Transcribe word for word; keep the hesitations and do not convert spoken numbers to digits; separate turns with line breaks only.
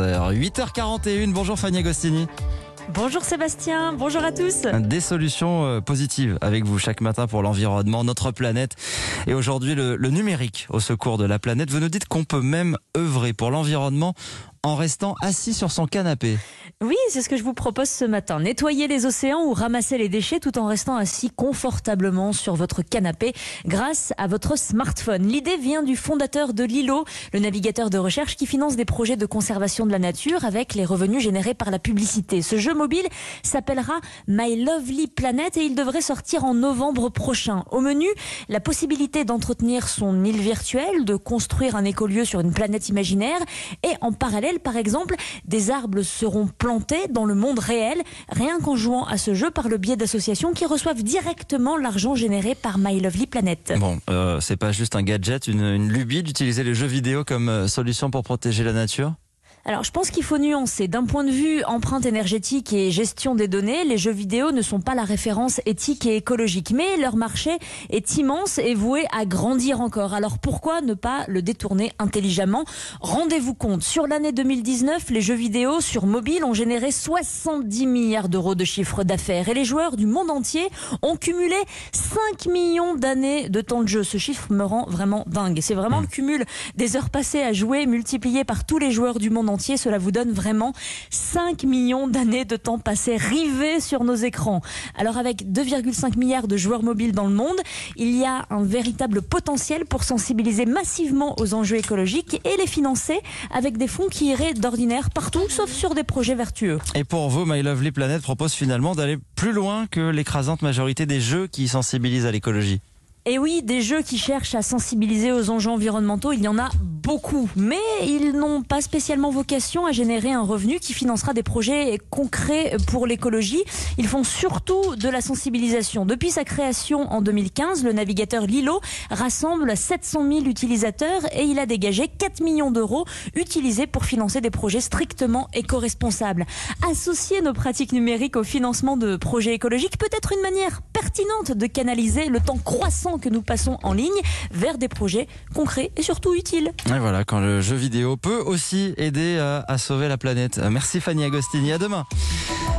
heures. huit heures quarante et un, bonjour Fanny Agostini.
Bonjour Sébastien, bonjour à tous.
Des solutions positives avec vous chaque matin pour l'environnement, notre planète et aujourd'hui le, le numérique au secours de la planète. Vous nous dites qu'on peut même œuvrer pour l'environnement en restant assis sur son canapé.
Oui, c'est ce que je vous propose ce matin. Nettoyer les océans ou ramasser les déchets tout en restant assis confortablement sur votre canapé grâce à votre smartphone. L'idée vient du fondateur de Lilo, le navigateur de recherche qui finance des projets de conservation de la nature avec les revenus générés par la publicité. Ce jeu mobile s'appellera My Lovely Planet et il devrait sortir en novembre prochain. Au menu, la possibilité d'entretenir son île virtuelle, de construire un écolieu sur une planète imaginaire et en parallèle, par exemple, des arbres seront plantés dans le monde réel, rien qu'en jouant à ce jeu par le biais d'associations qui reçoivent directement l'argent généré par My Lovely Planet.
Bon, euh, c'est pas juste un gadget, une, une lubie d'utiliser les jeux vidéo comme solution pour protéger la nature ?
Alors, je pense qu'il faut nuancer. D'un point de vue empreinte énergétique et gestion des données, les jeux vidéo ne sont pas la référence éthique et écologique. Mais leur marché est immense et voué à grandir encore. Alors, pourquoi ne pas le détourner intelligemment ? Rendez-vous compte, sur l'année deux mille dix-neuf, les jeux vidéo sur mobile ont généré soixante-dix milliards d'euros de chiffre d'affaires. Et les joueurs du monde entier ont cumulé cinq millions d'années de temps de jeu. Ce chiffre me rend vraiment dingue. C'est vraiment le cumul des heures passées à jouer multiplié par tous les joueurs du monde entier. Cela vous donne vraiment cinq millions d'années de temps passés rivés sur nos écrans. Alors avec deux virgule cinq milliards de joueurs mobiles dans le monde, il y a un véritable potentiel pour sensibiliser massivement aux enjeux écologiques et les financer avec des fonds qui iraient d'ordinaire partout, sauf sur des projets vertueux.
Et pour vous, My Lovely Planet propose finalement d'aller plus loin que l'écrasante majorité des jeux qui sensibilisent à l'écologie.
Et oui, des jeux qui cherchent à sensibiliser aux enjeux environnementaux, il y en a beaucoup. Mais ils n'ont pas spécialement vocation à générer un revenu qui financera des projets concrets pour l'écologie. Ils font surtout de la sensibilisation. Depuis sa création en deux mille quinze, le navigateur Lilo rassemble sept cent mille utilisateurs et il a dégagé quatre millions d'euros utilisés pour financer des projets strictement éco-responsables. Associer nos pratiques numériques au financement de projets écologiques peut être une manière pertinente de canaliser le temps croissant que nous passons en ligne vers des projets concrets et surtout utiles.
Et voilà, quand le jeu vidéo peut aussi aider à, à sauver la planète. Merci Fanny Agostini, à demain.